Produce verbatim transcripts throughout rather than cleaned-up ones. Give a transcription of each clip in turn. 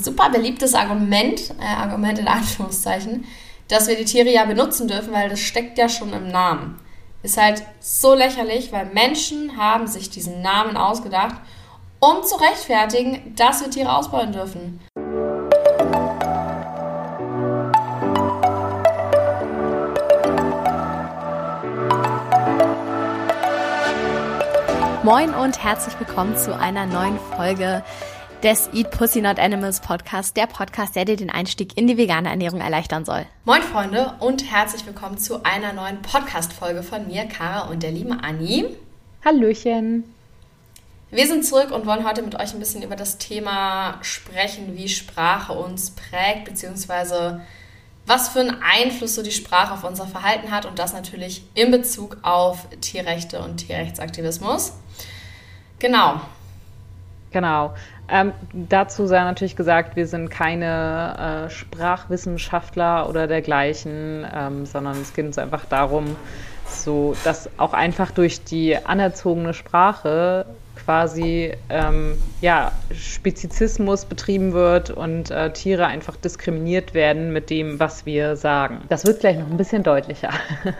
super beliebtes Argument, äh, Argument in Anführungszeichen, dass wir die Tiere ja benutzen dürfen, weil das steckt ja schon im Namen. Ist halt so lächerlich, weil Menschen haben sich diesen Namen ausgedacht, um zu rechtfertigen, dass wir Tiere ausbeuten dürfen. Moin und herzlich willkommen zu einer neuen Folge des Eat Pussy Not Animals Podcast, der Podcast, der dir den Einstieg in die vegane Ernährung erleichtern soll. Moin Freunde und herzlich willkommen zu einer neuen Podcast-Folge von mir, Kara und der lieben Anni. Hallöchen. Wir sind zurück und wollen heute mit euch ein bisschen über das Thema sprechen, wie Sprache uns prägt, beziehungsweise was für einen Einfluss so die Sprache auf unser Verhalten hat und das natürlich in Bezug auf Tierrechte und Tierrechtsaktivismus. Genau. Genau. Ähm, dazu sei natürlich gesagt, wir sind keine äh, Sprachwissenschaftler oder dergleichen, ähm, sondern es geht uns einfach darum, so, dass auch einfach durch die anerzogene Sprache quasi ähm, ja, Spezizismus betrieben wird und äh, Tiere einfach diskriminiert werden mit dem, was wir sagen. Das wird gleich noch ein bisschen deutlicher.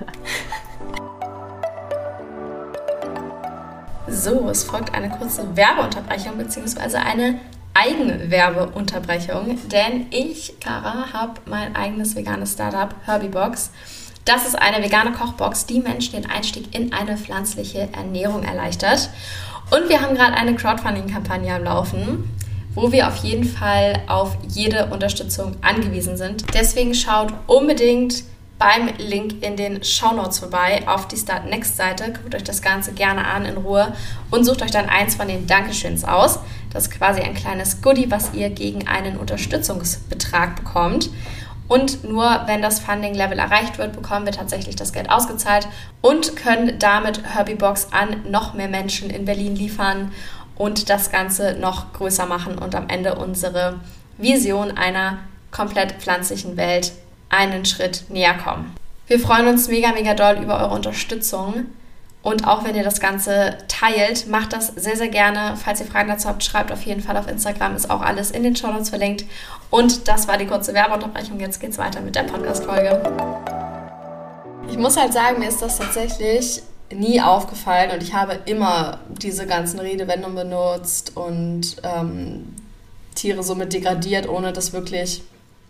So, es folgt eine kurze Werbeunterbrechung bzw. eine Eigenwerbeunterbrechung, denn ich, Kara, habe mein eigenes veganes Startup, Herbiebox. Das ist eine vegane Kochbox, die Menschen den Einstieg in eine pflanzliche Ernährung erleichtert. Und wir haben gerade eine Crowdfunding-Kampagne am Laufen, wo wir auf jeden Fall auf jede Unterstützung angewiesen sind. Deswegen schaut unbedingt beim Link in den Shownotes vorbei auf die Start Next Seite. Guckt euch das Ganze gerne an in Ruhe und sucht euch dann eins von den Dankeschöns aus. Das ist quasi ein kleines Goodie, was ihr gegen einen Unterstützungsbetrag bekommt. Und nur wenn das Funding-Level erreicht wird, bekommen wir tatsächlich das Geld ausgezahlt und können damit Herbiebox an noch mehr Menschen in Berlin liefern und das Ganze noch größer machen und am Ende unsere Vision einer komplett pflanzlichen Welt einen Schritt näher kommen. Wir freuen uns mega, mega doll über eure Unterstützung und auch wenn ihr das Ganze teilt, macht das sehr, sehr gerne. Falls ihr Fragen dazu habt, schreibt auf jeden Fall auf Instagram, ist auch alles in den Shownotes verlinkt. Und das war die kurze Werbeunterbrechung, jetzt geht's weiter mit der Podcast-Folge. Ich muss halt sagen, mir ist das tatsächlich nie aufgefallen und ich habe immer diese ganzen Redewendungen benutzt und ähm, Tiere somit degradiert, ohne das wirklich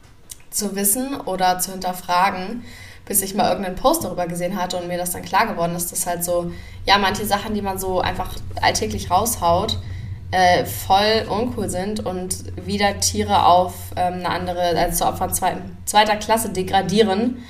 zu wissen oder zu hinterfragen, bis ich mal irgendeinen Post darüber gesehen hatte und mir das dann klar geworden ist, dass halt so, ja, manche Sachen, die man so einfach alltäglich raushaut, äh, voll uncool sind und wieder Tiere auf ähm, eine andere, also zu Opfern zweiter, zweiter Klasse degradieren.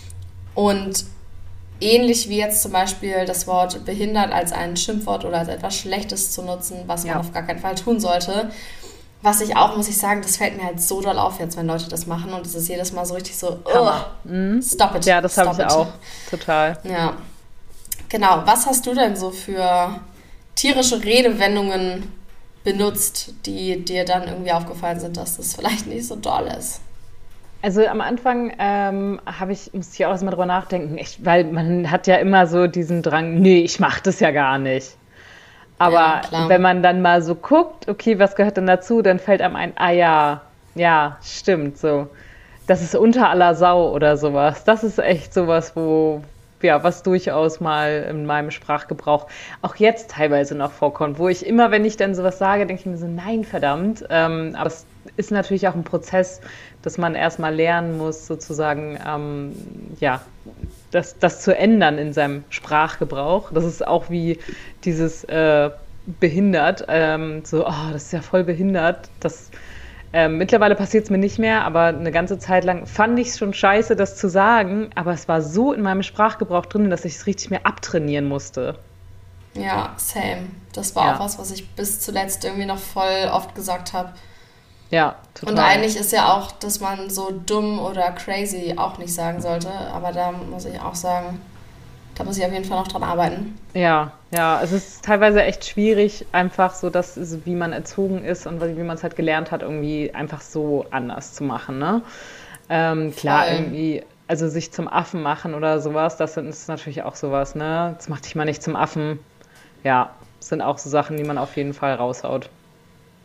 Und ähnlich wie jetzt zum Beispiel das Wort behindert als ein Schimpfwort oder als etwas Schlechtes zu nutzen, was man ja. auf gar keinen Fall tun sollte. Was ich auch, muss ich sagen, das fällt mir halt so doll auf jetzt, wenn Leute das machen und es ist jedes Mal so richtig so, mhm. stop it. Ja, das habe ich it. auch, total. Ja, genau. Was hast du denn so für tierische Redewendungen benutzt, die dir dann irgendwie aufgefallen sind, dass das vielleicht nicht so doll ist? Also am Anfang ähm, habe ich, musste ich auch erstmal drüber nachdenken, echt, weil man hat ja immer so diesen Drang, nee, ich mache das ja gar nicht. Aber ja, wenn man dann mal so guckt, okay, was gehört denn dazu, dann fällt einem ein, ah ja, ja, stimmt, so. Das ist unter aller Sau oder sowas. Das ist echt sowas, wo, ja, was durchaus mal in meinem Sprachgebrauch auch jetzt teilweise noch vorkommt, wo ich immer, wenn ich dann sowas sage, denke ich mir so, nein, verdammt. Ähm, aber es ist natürlich auch ein Prozess, dass man erstmal lernen muss, sozusagen, ähm, ja, Das, das zu ändern in seinem Sprachgebrauch. Das ist auch wie dieses äh, behindert, ähm, so, oh, das ist ja voll behindert. Das, äh, mittlerweile passiert es mir nicht mehr, aber eine ganze Zeit lang fand ich es schon scheiße, das zu sagen, aber es war so in meinem Sprachgebrauch drin, dass ich es richtig mehr abtrainieren musste. Ja, same. Das war ja. auch was, was ich bis zuletzt irgendwie noch voll oft gesagt habe. Ja, total. Und eigentlich ist ja auch, dass man so dumm oder crazy auch nicht sagen sollte. Aber da muss ich auch sagen, da muss ich auf jeden Fall noch dran arbeiten. Ja, ja, es ist teilweise echt schwierig, einfach so, dass, wie man erzogen ist und wie man es halt gelernt hat, irgendwie einfach so anders zu machen, ne? Ähm, klar, Voll. irgendwie, also sich zum Affen machen oder sowas, das ist natürlich auch sowas, ne? Das macht dich mal nicht zum Affen. Ja, das sind auch so Sachen, die man auf jeden Fall raushaut.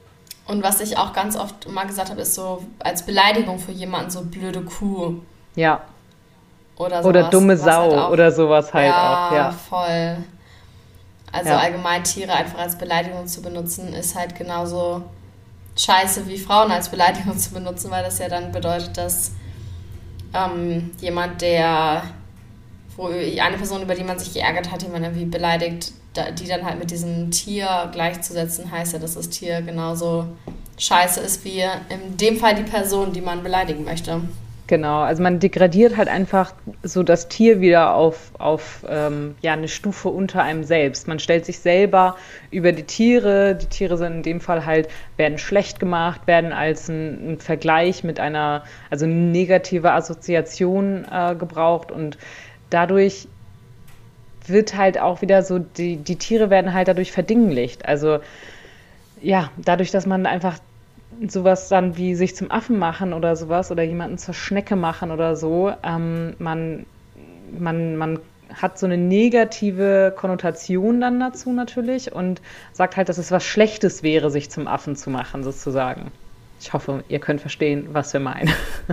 Und was ich auch ganz oft mal gesagt habe, ist so als Beleidigung für jemanden so blöde Kuh. Ja. Oder, sowas, oder dumme Sau halt auch, oder sowas halt ja, auch. Ja, voll. Also Ja. allgemein Tiere einfach als Beleidigung zu benutzen, ist halt genauso scheiße wie Frauen als Beleidigung zu benutzen, weil das ja dann bedeutet, dass ähm, jemand, der, wo eine Person, über die man sich geärgert hat, die man irgendwie beleidigt, da, die dann halt mit diesem Tier gleichzusetzen, heißt ja, dass das Tier genauso scheiße ist wie in dem Fall die Person, die man beleidigen möchte. Genau, also man degradiert halt einfach so das Tier wieder auf, auf ähm, ja, eine Stufe unter einem selbst. Man stellt sich selber über die Tiere, die Tiere sind in dem Fall halt, werden schlecht gemacht, werden als ein, ein Vergleich mit einer, also eine negative Assoziation äh, gebraucht und dadurch wird halt auch wieder so, die, die Tiere werden halt dadurch verdinglicht. Also ja, dadurch, dass man einfach sowas dann wie sich zum Affen machen oder sowas oder jemanden zur Schnecke machen oder so, ähm, man, man, man hat so eine negative Konnotation dann dazu natürlich und sagt halt, dass es was Schlechtes wäre, sich zum Affen zu machen sozusagen. Ich hoffe, ihr könnt verstehen, was wir meinen.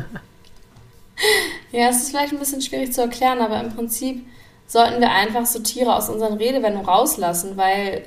Ja, es ist vielleicht ein bisschen schwierig zu erklären, aber im Prinzip sollten wir einfach so Tiere aus unseren Redewendungen rauslassen, weil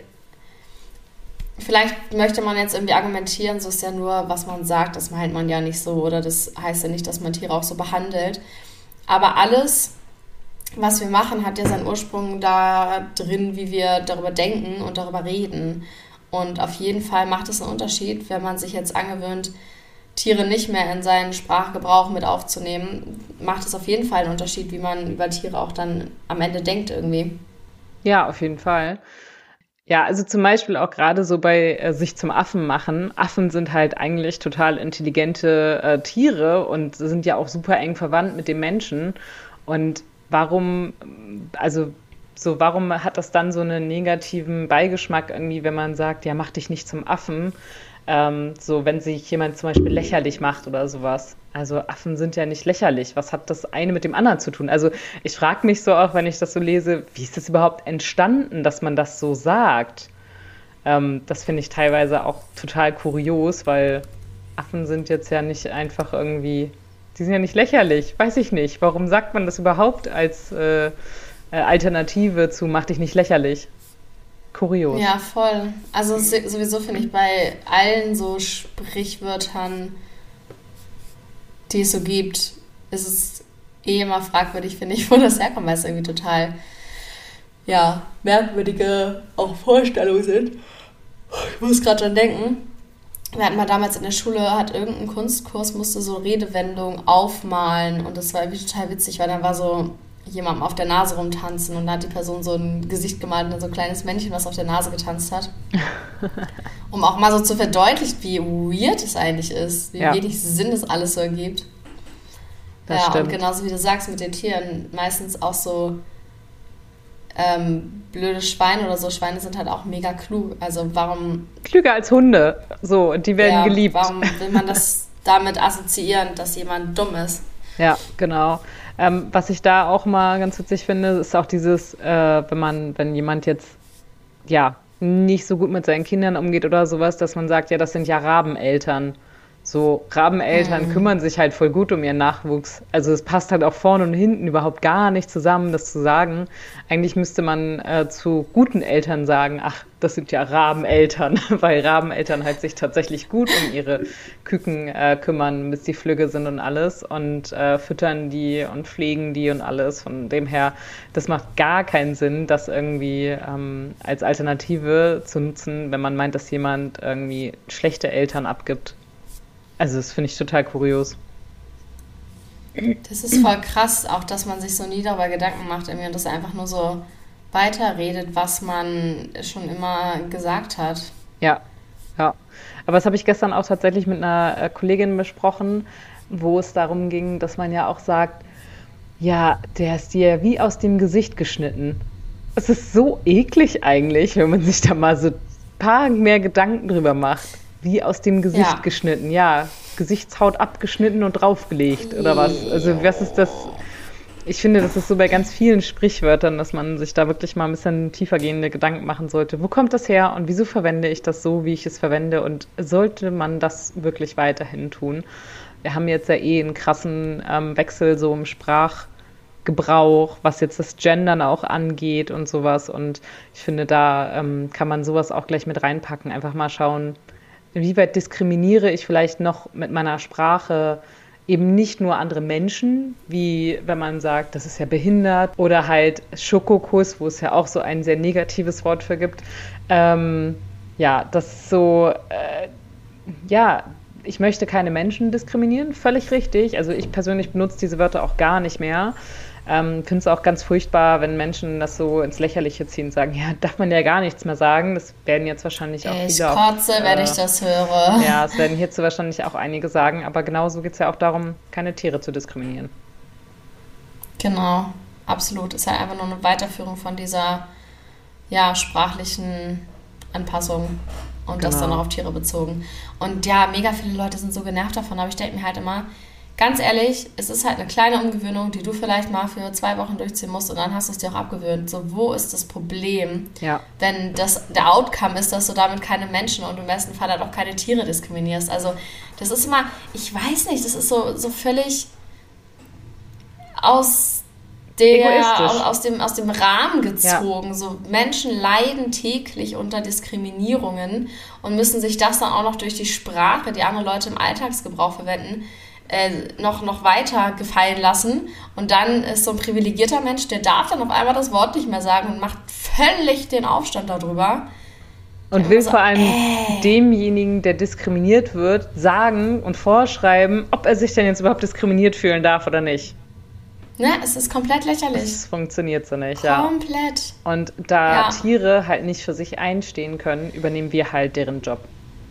vielleicht möchte man jetzt irgendwie argumentieren, so ist ja nur, was man sagt, das meint man ja nicht so oder das heißt ja nicht, dass man Tiere auch so behandelt. Aber alles, was wir machen, hat ja seinen Ursprung da drin, wie wir darüber denken und darüber reden. Und auf jeden Fall macht es einen Unterschied, wenn man sich jetzt angewöhnt, Tiere nicht mehr in seinen Sprachgebrauch mit aufzunehmen, macht es auf jeden Fall einen Unterschied, wie man über Tiere auch dann am Ende denkt irgendwie. Ja, auf jeden Fall. Ja, also zum Beispiel auch gerade so bei äh, sich zum Affen machen. Affen sind halt eigentlich total intelligente äh, Tiere und sind ja auch super eng verwandt mit dem Menschen. Und warum, also so, warum hat das dann so einen negativen Beigeschmack irgendwie, wenn man sagt, ja, mach dich nicht zum Affen? Ähm, so, wenn sich jemand zum Beispiel lächerlich macht oder sowas. Also Affen sind ja nicht lächerlich. Was hat das eine mit dem anderen zu tun? Also ich frage mich so auch, wenn ich das so lese, wie ist das überhaupt entstanden, dass man das so sagt? Ähm, das finde ich teilweise auch total kurios, weil Affen sind jetzt ja nicht einfach irgendwie, die sind ja nicht lächerlich, weiß ich nicht. Warum sagt man das überhaupt als äh, Alternative zu mach dich nicht lächerlich? Kurios. Ja, voll. Also sowieso finde ich bei allen so Sprichwörtern, die es so gibt, ist es eh immer fragwürdig, finde ich, wo das herkommt, weil es irgendwie total, ja, merkwürdige auch Vorstellungen sind. Ich muss gerade dran denken. Wir hatten mal damals in der Schule, hat irgendein Kunstkurs, musste so Redewendungen aufmalen und das war irgendwie total witzig, weil dann war so jemandem auf der Nase rumtanzen und da hat die Person so ein Gesicht gemalt und dann so ein kleines Männchen, was auf der Nase getanzt hat. Um auch mal so zu verdeutlichen, wie weird es eigentlich ist, wie ja. wenig Sinn das alles so ergibt. Das ja, stimmt. Und genauso wie du sagst mit den Tieren, meistens auch so ähm, blöde Schweine oder so. Schweine sind halt auch mega klug. Also warum... Klüger als Hunde, so, die werden ja, geliebt. Warum will man das damit assoziieren, dass jemand dumm ist? Ja, genau. Ähm, was ich da auch mal ganz witzig finde, ist auch dieses, äh, wenn man, wenn jemand jetzt, ja, nicht so gut mit seinen Kindern umgeht oder sowas, dass man sagt, ja, das sind ja Rabeneltern. So, Rabeneltern mhm. kümmern sich halt voll gut um ihren Nachwuchs. Also es passt halt auch vorne und hinten überhaupt gar nicht zusammen, das zu sagen. Eigentlich müsste man äh, zu guten Eltern sagen, ach, das sind ja Rabeneltern, weil Rabeneltern halt sich tatsächlich gut um ihre Küken äh, kümmern, bis die flügge sind und alles und äh, füttern die und pflegen die und alles. Von dem her, das macht gar keinen Sinn, das irgendwie ähm, als Alternative zu nutzen, wenn man meint, dass jemand irgendwie schlechte Eltern abgibt. Also das finde ich total kurios. Das ist voll krass, auch dass man sich so nie darüber Gedanken macht irgendwie und das einfach nur so weiterredet, was man schon immer gesagt hat. Ja, ja. Aber das habe ich gestern auch tatsächlich mit einer Kollegin besprochen, wo es darum ging, dass man ja auch sagt, ja, der ist dir wie aus dem Gesicht geschnitten. Es ist so eklig eigentlich, wenn man sich da mal so ein paar mehr Gedanken drüber macht. Wie aus dem Gesicht ja. geschnitten, ja. Gesichtshaut abgeschnitten und draufgelegt, oder was? Also was ist das? ich finde, das ist so bei ganz vielen Sprichwörtern, dass man sich da wirklich mal ein bisschen tiefergehende Gedanken machen sollte. Wo kommt das her und wieso verwende ich das so, wie ich es verwende? Und sollte man das wirklich weiterhin tun? Wir haben jetzt ja eh einen krassen ähm, Wechsel so im Sprachgebrauch, was jetzt das Gendern auch angeht und sowas. Und ich finde, da ähm, kann man sowas auch gleich mit reinpacken. Einfach mal schauen, inwieweit diskriminiere ich vielleicht noch mit meiner Sprache eben nicht nur andere Menschen, wie wenn man sagt, das ist ja behindert, oder halt Schokokuss, wo es ja auch so ein sehr negatives Wort für gibt. Ähm, ja, das ist so, äh, ja, ich möchte keine Menschen diskriminieren, völlig richtig. Also ich persönlich benutze diese Wörter auch gar nicht mehr. Ähm, finde es auch ganz furchtbar, wenn Menschen das so ins Lächerliche ziehen und sagen, ja, darf man ja gar nichts mehr sagen. Das werden jetzt wahrscheinlich auch ich viele... Ich kotze, auch, äh, wenn ich das höre. Ja, es werden hierzu wahrscheinlich auch einige sagen, aber genauso geht es ja auch darum, keine Tiere zu diskriminieren. Genau, absolut. Es ist halt einfach nur eine Weiterführung von dieser ja, sprachlichen Anpassung und genau. Das dann auch auf Tiere bezogen. Und ja, mega viele Leute sind so genervt davon, aber ich denke mir halt immer, ganz ehrlich, es ist halt eine kleine Umgewöhnung, die du vielleicht mal für zwei Wochen durchziehen musst und dann hast du es dir auch abgewöhnt. So, wo ist das Problem, ja. wenn das der Outcome ist, dass du damit keine Menschen und im besten Fall halt auch keine Tiere diskriminierst? Also, das ist immer, ich weiß nicht, das ist so, so völlig aus, der, aus, aus, dem, aus dem Rahmen gezogen. Ja. So, Menschen leiden täglich unter Diskriminierungen und müssen sich das dann auch noch durch die Sprache, die andere Leute im Alltagsgebrauch verwenden, Äh, noch, noch weiter gefallen lassen und dann ist so ein privilegierter Mensch, der darf dann auf einmal das Wort nicht mehr sagen und macht völlig den Aufstand darüber. Und will so, vor allem äh. demjenigen, der diskriminiert wird, sagen und vorschreiben, ob er sich denn jetzt überhaupt diskriminiert fühlen darf oder nicht. Ne, es ist komplett lächerlich. Das funktioniert so nicht, komplett. ja. Komplett. Und da ja. Tiere halt nicht für sich einstehen können, übernehmen wir halt deren Job.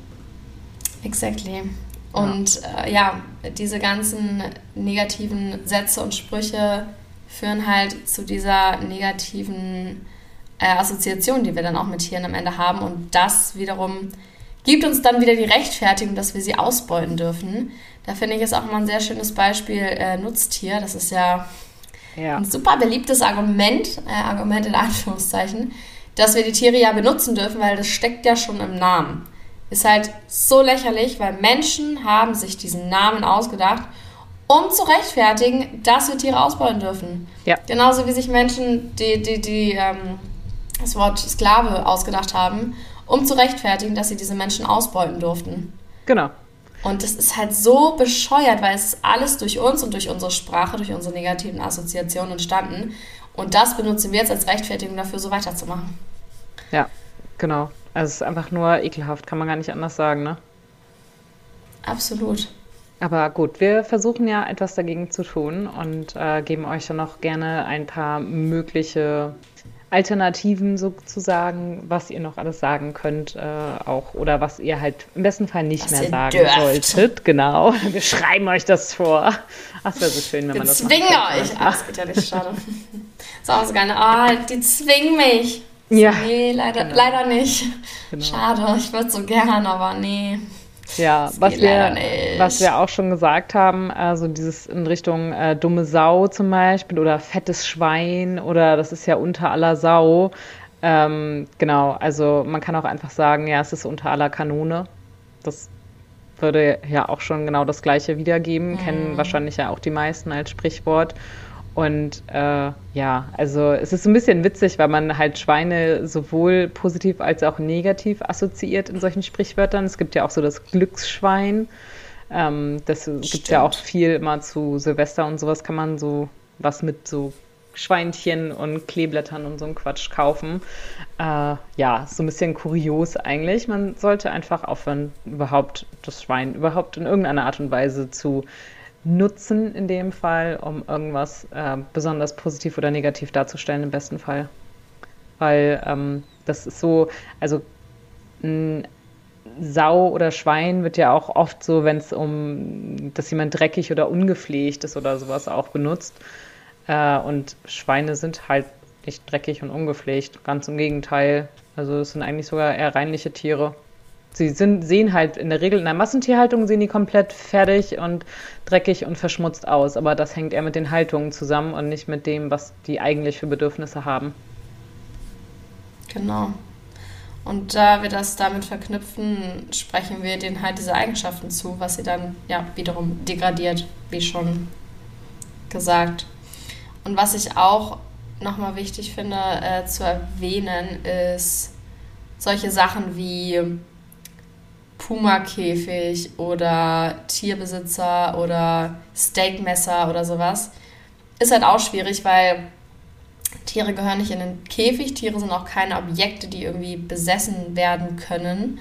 Exactly. Und äh, ja, diese ganzen negativen Sätze und Sprüche führen halt zu dieser negativen äh, Assoziation, die wir dann auch mit Tieren am Ende haben. Und das wiederum gibt uns dann wieder die Rechtfertigung, dass wir sie ausbeuten dürfen. Da finde ich es auch immer ein sehr schönes Beispiel äh, Nutztier. Das ist ja, ja ein super beliebtes Argument, äh, Argument in Anführungszeichen, dass wir die Tiere ja benutzen dürfen, weil das steckt ja schon im Namen. Ist halt so lächerlich, weil Menschen haben sich diesen Namen ausgedacht, um zu rechtfertigen, dass wir Tiere ausbeuten dürfen. Ja. Genauso wie sich Menschen die, die, die, ähm, das Wort Sklave ausgedacht haben, um zu rechtfertigen, dass sie diese Menschen ausbeuten durften. Genau. Und das ist halt so bescheuert, weil es ist alles durch uns und durch unsere Sprache, durch unsere negativen Assoziationen entstanden. Und das benutzen wir jetzt als Rechtfertigung dafür, so weiterzumachen. Ja, genau. Also es ist einfach nur ekelhaft, kann man gar nicht anders sagen, ne? Absolut. Aber gut, wir versuchen ja etwas dagegen zu tun und äh, geben euch dann noch gerne ein paar mögliche Alternativen sozusagen, was ihr noch alles sagen könnt, äh, auch oder was ihr halt im besten Fall nicht was mehr sagen dürft. solltet. Genau. Wir schreiben euch das vor. Ach, das wäre so schön, wenn wir man das zwingen euch. Ach, das geht ja nicht, schade. Das ist auch so geil. Ah, oh, die zwingen mich. Ja. Nee, leider, genau. leider nicht. Genau. Schade, ich würde so gern, aber nee. Ja, was wir, was wir auch schon gesagt haben, also dieses in Richtung äh, dumme Sau zum Beispiel oder fettes Schwein oder das ist ja unter aller Sau. Ähm, genau, also man kann auch einfach sagen, ja, es ist unter aller Kanone. Das würde ja auch schon genau das Gleiche wiedergeben, mhm. kennen wahrscheinlich ja auch die meisten als Sprichwort. Und äh, ja, also es ist so ein bisschen witzig, weil man halt Schweine sowohl positiv als auch negativ assoziiert in solchen Sprichwörtern. Es gibt ja auch so das Glücksschwein. Ähm, das gibt ja auch viel immer zu Silvester und sowas kann man so was mit so Schweinchen und Kleeblättern und so ein Quatsch kaufen. Äh, ja, so ein bisschen kurios eigentlich. Man sollte einfach aufhören, überhaupt das Schwein überhaupt in irgendeiner Art und Weise zu nutzen in dem Fall, um irgendwas äh, besonders positiv oder negativ darzustellen im besten Fall. Weil ähm, das ist so, also ein Sau oder Schwein wird ja auch oft so, wenn es um, dass jemand dreckig oder ungepflegt ist oder sowas auch benutzt. Äh, und Schweine sind halt nicht dreckig und ungepflegt, ganz im Gegenteil. Also es sind eigentlich sogar eher reinliche Tiere. Sie sind, sehen halt in der Regel in der Massentierhaltung sehen die komplett fertig und dreckig und verschmutzt aus. Aber das hängt eher mit den Haltungen zusammen und nicht mit dem, was die eigentlich für Bedürfnisse haben. Genau. Und da wir das damit verknüpfen, sprechen wir denen halt diese Eigenschaften zu, was sie dann ja wiederum degradiert, wie schon gesagt. Und was ich auch nochmal wichtig finde äh, zu erwähnen, ist solche Sachen wie Puma-Käfig oder Tierbesitzer oder Steakmesser oder sowas. Ist halt auch schwierig, weil Tiere gehören nicht in den Käfig. Tiere sind auch keine Objekte, die irgendwie besessen werden können.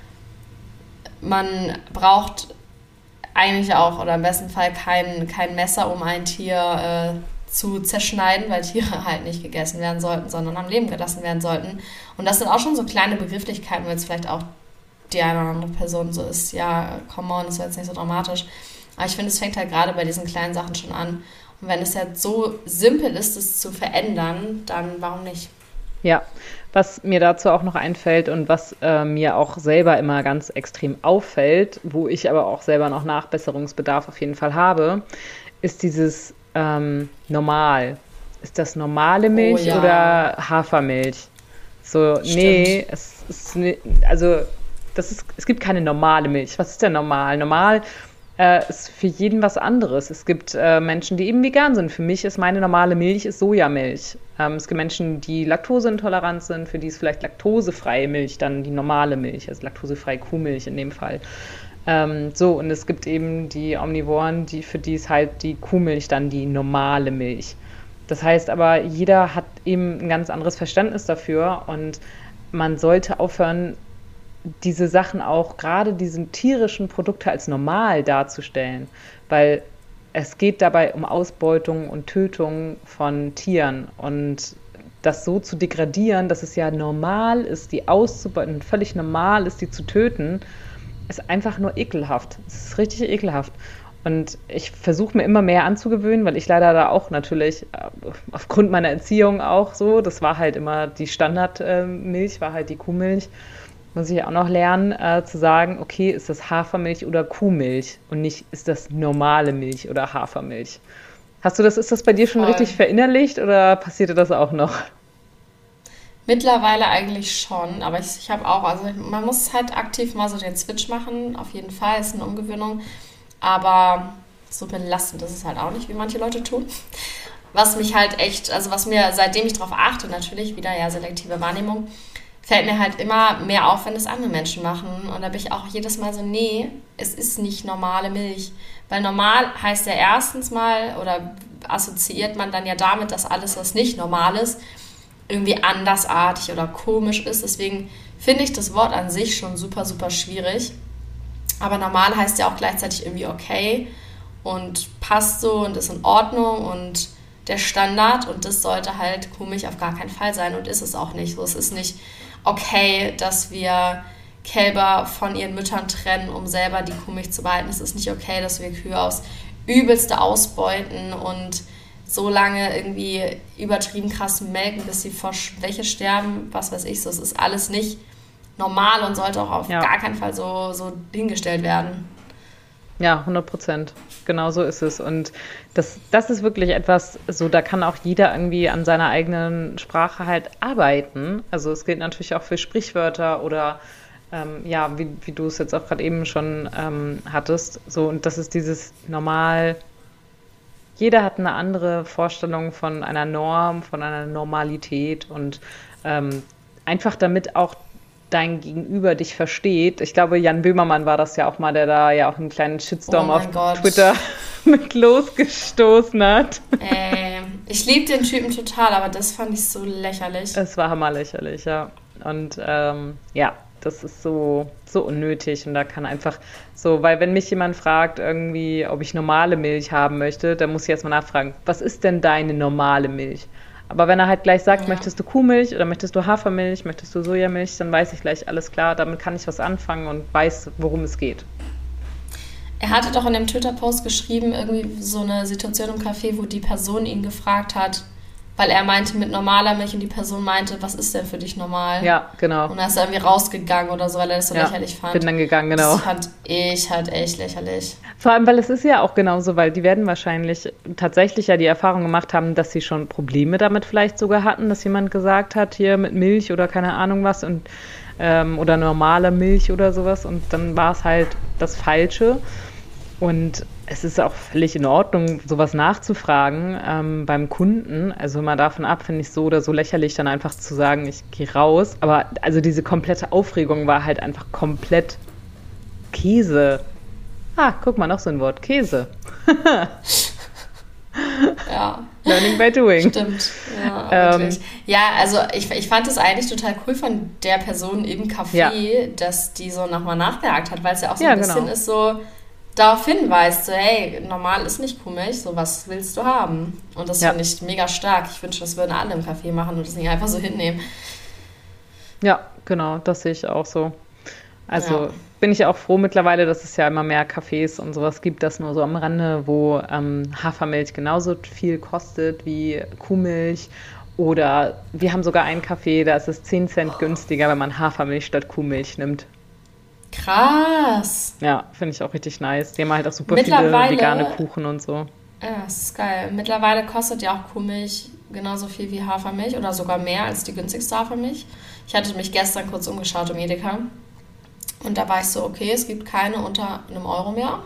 Man braucht eigentlich auch, oder im besten Fall, kein, kein Messer, um ein Tier äh, zu zerschneiden, weil Tiere halt nicht gegessen werden sollten, sondern am Leben gelassen werden sollten. Und das sind auch schon so kleine Begrifflichkeiten, wo jetzt vielleicht auch die eine oder andere Person so ist, ja, come on, das ist jetzt nicht so dramatisch. Aber ich finde, es fängt halt gerade bei diesen kleinen Sachen schon an. Und wenn es jetzt so simpel ist, es zu verändern, dann warum nicht? Ja, was mir dazu auch noch einfällt und was äh, mir auch selber immer ganz extrem auffällt, wo ich aber auch selber noch Nachbesserungsbedarf auf jeden Fall habe, ist dieses ähm, Normal. Ist das normale Milch oh, ja. oder Hafermilch? So, Stimmt. nee, es ist, also das ist, es gibt keine normale Milch. Was ist denn normal? Normal äh, ist für jeden was anderes. Es gibt äh, Menschen, die eben vegan sind. Für mich ist meine normale Milch ist Sojamilch. Ähm, es gibt Menschen, die laktoseintolerant sind, für die ist vielleicht laktosefreie Milch dann die normale Milch, also laktosefreie Kuhmilch in dem Fall. Ähm, so, und es gibt eben die Omnivoren, die, für die ist halt die Kuhmilch dann die normale Milch. Das heißt aber, jeder hat eben ein ganz anderes Verständnis dafür und man sollte aufhören, diese Sachen auch, gerade diese tierischen Produkte als normal darzustellen, weil es geht dabei um Ausbeutung und Tötung von Tieren und das so zu degradieren, dass es ja normal ist, die auszubeuten, völlig normal ist, die zu töten, ist einfach nur ekelhaft. Es ist richtig ekelhaft. Und ich versuche mir immer mehr anzugewöhnen, weil ich leider da auch natürlich, aufgrund meiner Erziehung auch so, das war halt immer die Standardmilch, war halt die Kuhmilch, muss ich auch noch lernen, äh, zu sagen, okay, ist das Hafermilch oder Kuhmilch und nicht, ist das normale Milch oder Hafermilch. Hast du das, ist das bei dir schon Voll. richtig verinnerlicht oder passierte das auch noch? Mittlerweile eigentlich schon, aber ich, ich habe auch, also man muss halt aktiv mal so den Switch machen, auf jeden Fall, ist eine Umgewöhnung, aber so belastend ist es halt auch nicht, wie manche Leute tun. Was mich halt echt, also was mir, seitdem ich darauf achte, natürlich wieder ja selektive Wahrnehmung, fällt mir halt immer mehr auf, wenn es andere Menschen machen. Und da bin ich auch jedes Mal so, nee, es ist nicht normale Milch. Weil normal heißt ja erstens mal, oder assoziiert man dann ja damit, dass alles, was nicht normal ist, irgendwie andersartig oder komisch ist. Deswegen finde ich das Wort an sich schon super, super schwierig. Aber normal heißt ja auch gleichzeitig irgendwie okay und passt so und ist in Ordnung und der Standard. Und das sollte halt Kuhmilch auf gar keinen Fall sein und ist es auch nicht. So, es ist nicht okay, dass wir Kälber von ihren Müttern trennen, um selber die Kuhmilch zu behalten. Es ist nicht okay, dass wir Kühe aufs Übelste ausbeuten und so lange irgendwie übertrieben krass melken, bis sie vor Schwäche sterben, was weiß ich so. Es ist alles nicht normal und sollte auch auf ja. gar keinen Fall so, so hingestellt werden. Ja, hundert Prozent. Genau so ist es. Und das, das ist wirklich etwas, so da kann auch jeder irgendwie an seiner eigenen Sprache halt arbeiten. Also es gilt natürlich auch für Sprichwörter oder ähm, ja, wie, wie du es jetzt auch gerade eben schon ähm, hattest. So, und das ist dieses normal, jeder hat eine andere Vorstellung von einer Norm, von einer Normalität und ähm, einfach damit auch dein Gegenüber dich versteht. Ich glaube, Jan Böhmermann war das ja auch mal, der da ja auch einen kleinen Shitstorm oh auf Gott. Twitter mit losgestoßen hat. Ähm, ich liebe den Typen total, aber das fand ich so lächerlich. Es war hammerlächerlich, ja. Und ähm, ja, das ist so, so unnötig und da kann einfach so, weil wenn mich jemand fragt irgendwie, ob ich normale Milch haben möchte, dann muss ich erstmal nachfragen, was ist denn deine normale Milch? Aber wenn er halt gleich sagt, ja. möchtest du Kuhmilch oder möchtest du Hafermilch, möchtest du Sojamilch, dann weiß ich gleich, alles klar, damit kann ich was anfangen und weiß, worum es geht. Er hatte doch in dem Twitter-Post geschrieben, irgendwie so eine Situation im Café, wo die Person ihn gefragt hat, weil er meinte mit normaler Milch und die Person meinte, was ist denn für dich normal? Ja, genau. Und dann ist er irgendwie rausgegangen oder so, weil er das so ja, lächerlich fand. bin dann gegangen, genau. Das fand ich halt echt lächerlich. Vor allem, weil es ist ja auch genauso, weil die werden wahrscheinlich tatsächlich ja die Erfahrung gemacht haben, dass sie schon Probleme damit vielleicht sogar hatten, dass jemand gesagt hat, hier mit Milch oder keine Ahnung was und ähm, oder normale Milch oder sowas und dann war es halt das Falsche. Und es ist auch völlig in Ordnung, sowas nachzufragen ähm, beim Kunden. Also mal davon ab, finde ich so oder so lächerlich, dann einfach zu sagen, ich gehe raus. Aber also diese komplette Aufregung war halt einfach komplett Käse. Ah, guck mal, noch so ein Wort. Käse. Ja. Learning by doing. Stimmt. Ja, wirklich. Ähm, ja, also ich, ich fand es eigentlich total cool von der Person im Café, ja. dass die so nochmal nachgehakt hat, weil es ja auch so ja, ein bisschen genau. ist so... darauf hinweist, so, hey, normal ist nicht Kuhmilch, so was willst du haben? Und das ja. finde ich mega stark. Ich wünsche, das würden alle im Café machen und das nicht einfach so hinnehmen. Ja, genau, das sehe ich auch so. Also ja. bin ich auch froh mittlerweile, dass es ja immer mehr Cafés und sowas gibt, das nur so am Rande, wo ähm, Hafermilch genauso viel kostet wie Kuhmilch. Oder wir haben sogar einen Café, da ist es zehn Cent günstiger, wenn man Hafermilch statt Kuhmilch nimmt. Krass. Ja, finde ich auch richtig nice. Die haben halt auch super viele vegane Kuchen und so. Ja, das ist geil. Mittlerweile kostet ja auch Kuhmilch genauso viel wie Hafermilch oder sogar mehr als die günstigste Hafermilch. Ich hatte mich gestern kurz umgeschaut im Edeka und da war ich so, okay, es gibt keine unter einem Euro mehr.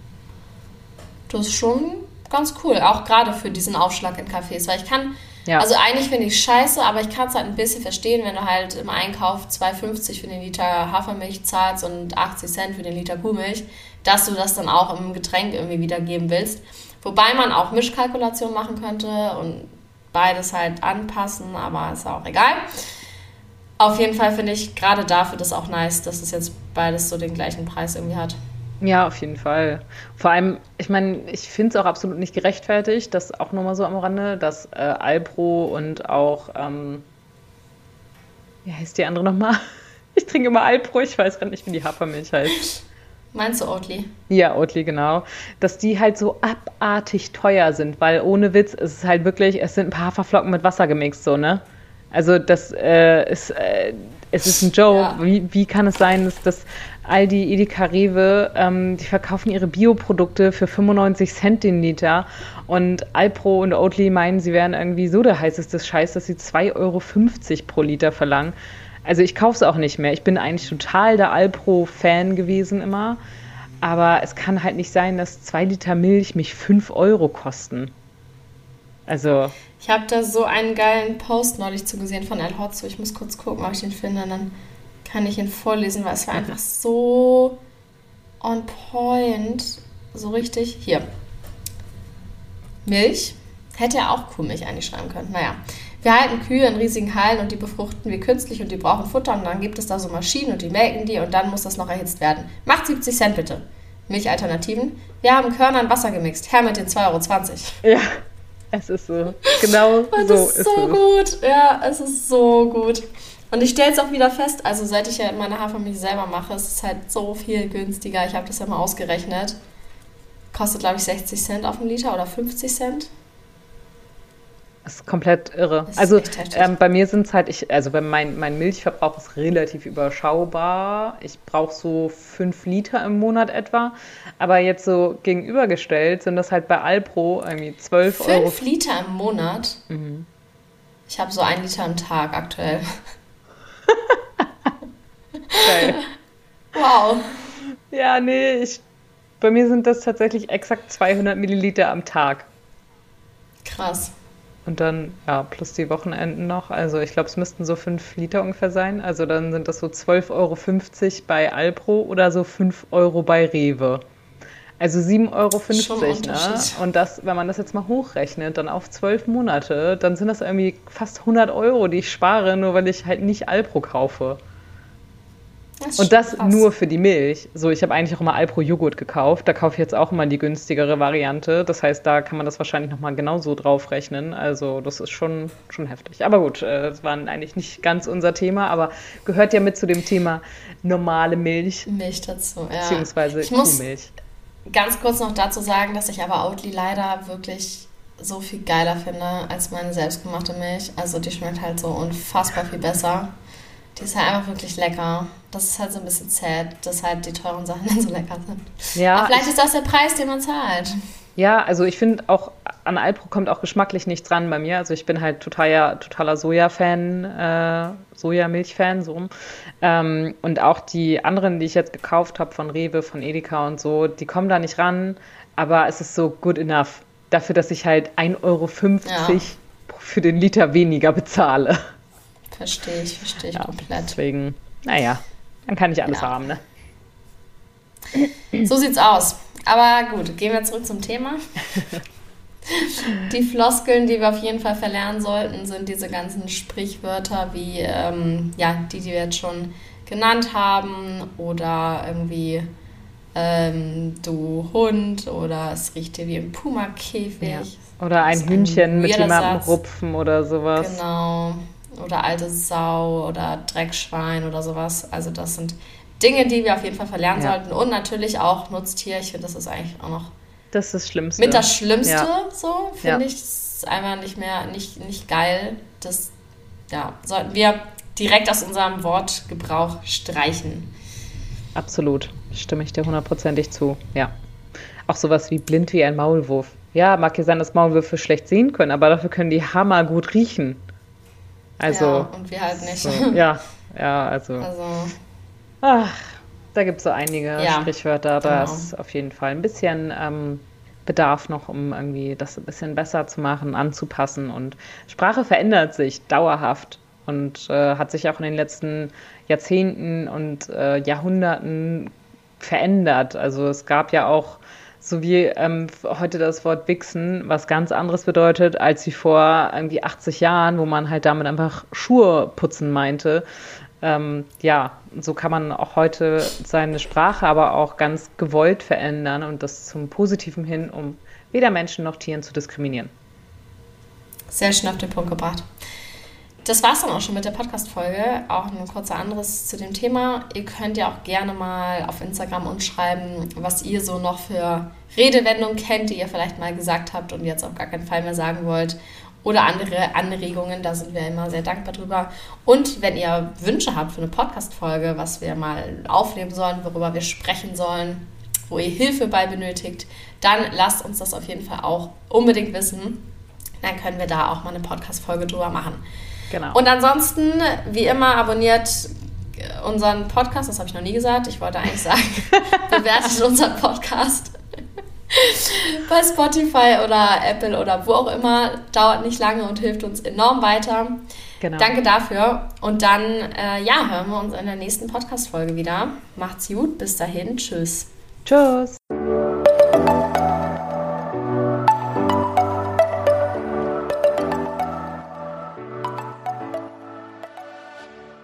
Das ist schon ganz cool, auch gerade für diesen Aufschlag in Cafés, weil ich kann... Ja. Also eigentlich finde ich es scheiße, aber ich kann es halt ein bisschen verstehen, wenn du halt im Einkauf zwei fünfzig für den Liter Hafermilch zahlst und achtzig Cent für den Liter Kuhmilch, dass du das dann auch im Getränk irgendwie wiedergeben willst. Wobei man auch Mischkalkulationen machen könnte und beides halt anpassen, aber ist auch egal. Auf jeden Fall finde ich gerade dafür das auch nice, dass es jetzt beides so den gleichen Preis irgendwie hat. Ja, auf jeden Fall. Vor allem, ich meine, ich finde es auch absolut nicht gerechtfertigt, dass auch nochmal so am Rande, dass äh, Alpro und auch, ähm, wie heißt die andere nochmal? Ich trinke immer Alpro, ich weiß gerade nicht, wie die Hafermilch heißt. Meinst du Oatly? Ja, Oatly, genau. Dass die halt so abartig teuer sind, weil ohne Witz, es ist halt wirklich, es sind ein paar Haferflocken mit Wasser gemixt, so, ne? Also das äh, ist, äh, es ist ein Joke. Ja. Wie, wie kann es sein, dass das Aldi, Edeka, Rewe, ähm, die verkaufen ihre Bioprodukte für fünfundneunzig Cent den Liter und Alpro und Oatly meinen, sie wären irgendwie so der heißeste Scheiß, dass sie zwei Euro fünfzig pro Liter verlangen. Also ich kaufe es auch nicht mehr. Ich bin eigentlich total der Alpro-Fan gewesen immer, aber es kann halt nicht sein, dass zwei Liter Milch mich fünf Euro kosten. Also... Ich habe da so einen geilen Post neulich zugesehen von El Hotzo. Ich muss kurz gucken, ob ich den finde, dann kann ich ihn vorlesen, weil es war einfach so on point, so richtig. Hier. Milch. Hätte er auch Kuhmilch eigentlich schreiben können. Naja. Wir halten Kühe in riesigen Hallen und die befruchten wir künstlich und die brauchen Futter und dann gibt es da so Maschinen und die melken die und dann muss das noch erhitzt werden. Macht siebzig Cent bitte. Milchalternativen. Wir haben Körner in Wasser gemixt. Her mit den zwei Euro zwanzig. Ja. Es ist so. Genau das so ist so ist gut. Ja, es ist so gut. Und ich stelle es auch wieder fest, also seit ich ja meine Hafermilch selber mache, es ist halt so viel günstiger. Ich habe das ja mal ausgerechnet. Kostet, glaube ich, sechzig Cent auf den Liter oder fünfzig Cent. Das ist komplett irre. Ist also ähm, bei mir sind es halt, ich, also bei mein, mein Milchverbrauch ist relativ überschaubar. Ich brauche so fünf Liter im Monat etwa. Aber jetzt so gegenübergestellt sind das halt bei Alpro irgendwie zwölf Euro. fünf Liter im Monat? Mhm. Ich habe so ein Liter am Tag aktuell. Geil. Wow. Ja, nee, ich, bei mir sind das tatsächlich exakt zweihundert Milliliter am Tag. Krass. Und dann, ja, plus die Wochenenden noch. Also ich glaube, es müssten so fünf Liter ungefähr sein. Also dann sind das so zwölf Euro fünfzig bei Alpro oder so fünf Euro bei Rewe. Also sieben Euro fünfzig, ne? Und das, wenn man das jetzt mal hochrechnet, dann auf zwölf Monate, dann sind das irgendwie fast hundert Euro, die ich spare, nur weil ich halt nicht Alpro kaufe. Das und das krass. Nur für die Milch. So, ich habe eigentlich auch immer Alpro-Joghurt gekauft. Da kaufe ich jetzt auch immer die günstigere Variante. Das heißt, da kann man das wahrscheinlich nochmal genauso draufrechnen. Also das ist schon, schon heftig. Aber gut, das war eigentlich nicht ganz unser Thema, aber gehört ja mit zu dem Thema normale Milch. Milch dazu, ja. Beziehungsweise ich muss Kuhmilch. Ganz kurz noch dazu sagen, dass ich aber Oatly leider wirklich so viel geiler finde als meine selbstgemachte Milch. Also die schmeckt halt so unfassbar viel besser. Die ist halt einfach wirklich lecker. Das ist halt so ein bisschen sad, dass halt die teuren Sachen dann so lecker sind. Ja, aber vielleicht ist das der Preis, den man zahlt. Ja, also ich finde auch, an Alpro kommt auch geschmacklich nichts ran bei mir. Also ich bin halt total, ja, totaler Soja-Fan, äh, Sojamilch-Fan, so. Ähm, und auch die anderen, die ich jetzt gekauft habe von Rewe, von Edeka und so, die kommen da nicht ran. Aber es ist so good enough. Dafür, dass ich halt ein Euro fünfzig ja. für den Liter weniger bezahle. Verstehe ich, verstehe ich ja, komplett. Deswegen, naja, dann kann ich alles ja. haben, ne? So sieht's aus. Aber gut, gehen wir zurück zum Thema. Die Floskeln, die wir auf jeden Fall verlernen sollten, sind diese ganzen Sprichwörter wie, ähm, ja, die, die wir jetzt schon genannt haben, oder irgendwie ähm, du Hund, oder es riecht dir wie ein Puma-Käfig. Ja. Oder ein Hühnchen ein mit jemandem rupfen oder sowas. Genau. Oder alte Sau oder Dreckschwein oder sowas. Also das sind Dinge, die wir auf jeden Fall verlernen ja. sollten. Und natürlich auch Nutztier. Ich finde, das ist eigentlich auch noch das ist das Schlimmste. Mit das Schlimmste, ja. so, finde ja. ich. Das ist einfach nicht mehr, nicht, nicht geil. Das ja, sollten wir direkt aus unserem Wortgebrauch streichen. Absolut. Stimme ich dir hundertprozentig zu. Ja. Auch sowas wie blind wie ein Maulwurf. Ja, mag ja sein, dass Maulwürfe schlecht sehen können, aber dafür können die hammer gut riechen. Also, ja, und wir halt nicht. So, ja, ja, also. also ach, da gibt es so einige ja, Sprichwörter. Da genau. ist auf jeden Fall ein bisschen ähm, Bedarf noch, um irgendwie das ein bisschen besser zu machen, anzupassen. Und Sprache verändert sich dauerhaft und äh, hat sich auch in den letzten Jahrzehnten und äh, Jahrhunderten verändert. Also es gab ja auch so wie ähm, heute das Wort Wichsen, was ganz anderes bedeutet, als wie vor irgendwie achtzig Jahren, wo man halt damit einfach Schuhe putzen meinte. Ähm, ja, so kann man auch heute seine Sprache aber auch ganz gewollt verändern und das zum Positiven hin, um weder Menschen noch Tieren zu diskriminieren. Sehr schön auf den Punkt gebracht. Das war's dann auch schon mit der Podcast-Folge. Auch ein kurzer anderes zu dem Thema. Ihr könnt ja auch gerne mal auf Instagram uns schreiben, was ihr so noch für Redewendungen kennt, die ihr vielleicht mal gesagt habt und jetzt auf gar keinen Fall mehr sagen wollt. Oder andere Anregungen, da sind wir immer sehr dankbar drüber. Und wenn ihr Wünsche habt für eine Podcast-Folge, was wir mal aufnehmen sollen, worüber wir sprechen sollen, wo ihr Hilfe bei benötigt, dann lasst uns das auf jeden Fall auch unbedingt wissen. Dann können wir da auch mal eine Podcast-Folge drüber machen. Genau. Und ansonsten, wie immer, abonniert unseren Podcast, das habe ich noch nie gesagt, ich wollte eigentlich sagen, bewertet unseren Podcast bei Spotify oder Apple oder wo auch immer, dauert nicht lange und hilft uns enorm weiter. Genau. Danke dafür und dann, äh, ja, hören wir uns in der nächsten Podcast-Folge wieder. Macht's gut, bis dahin, tschüss. Tschüss.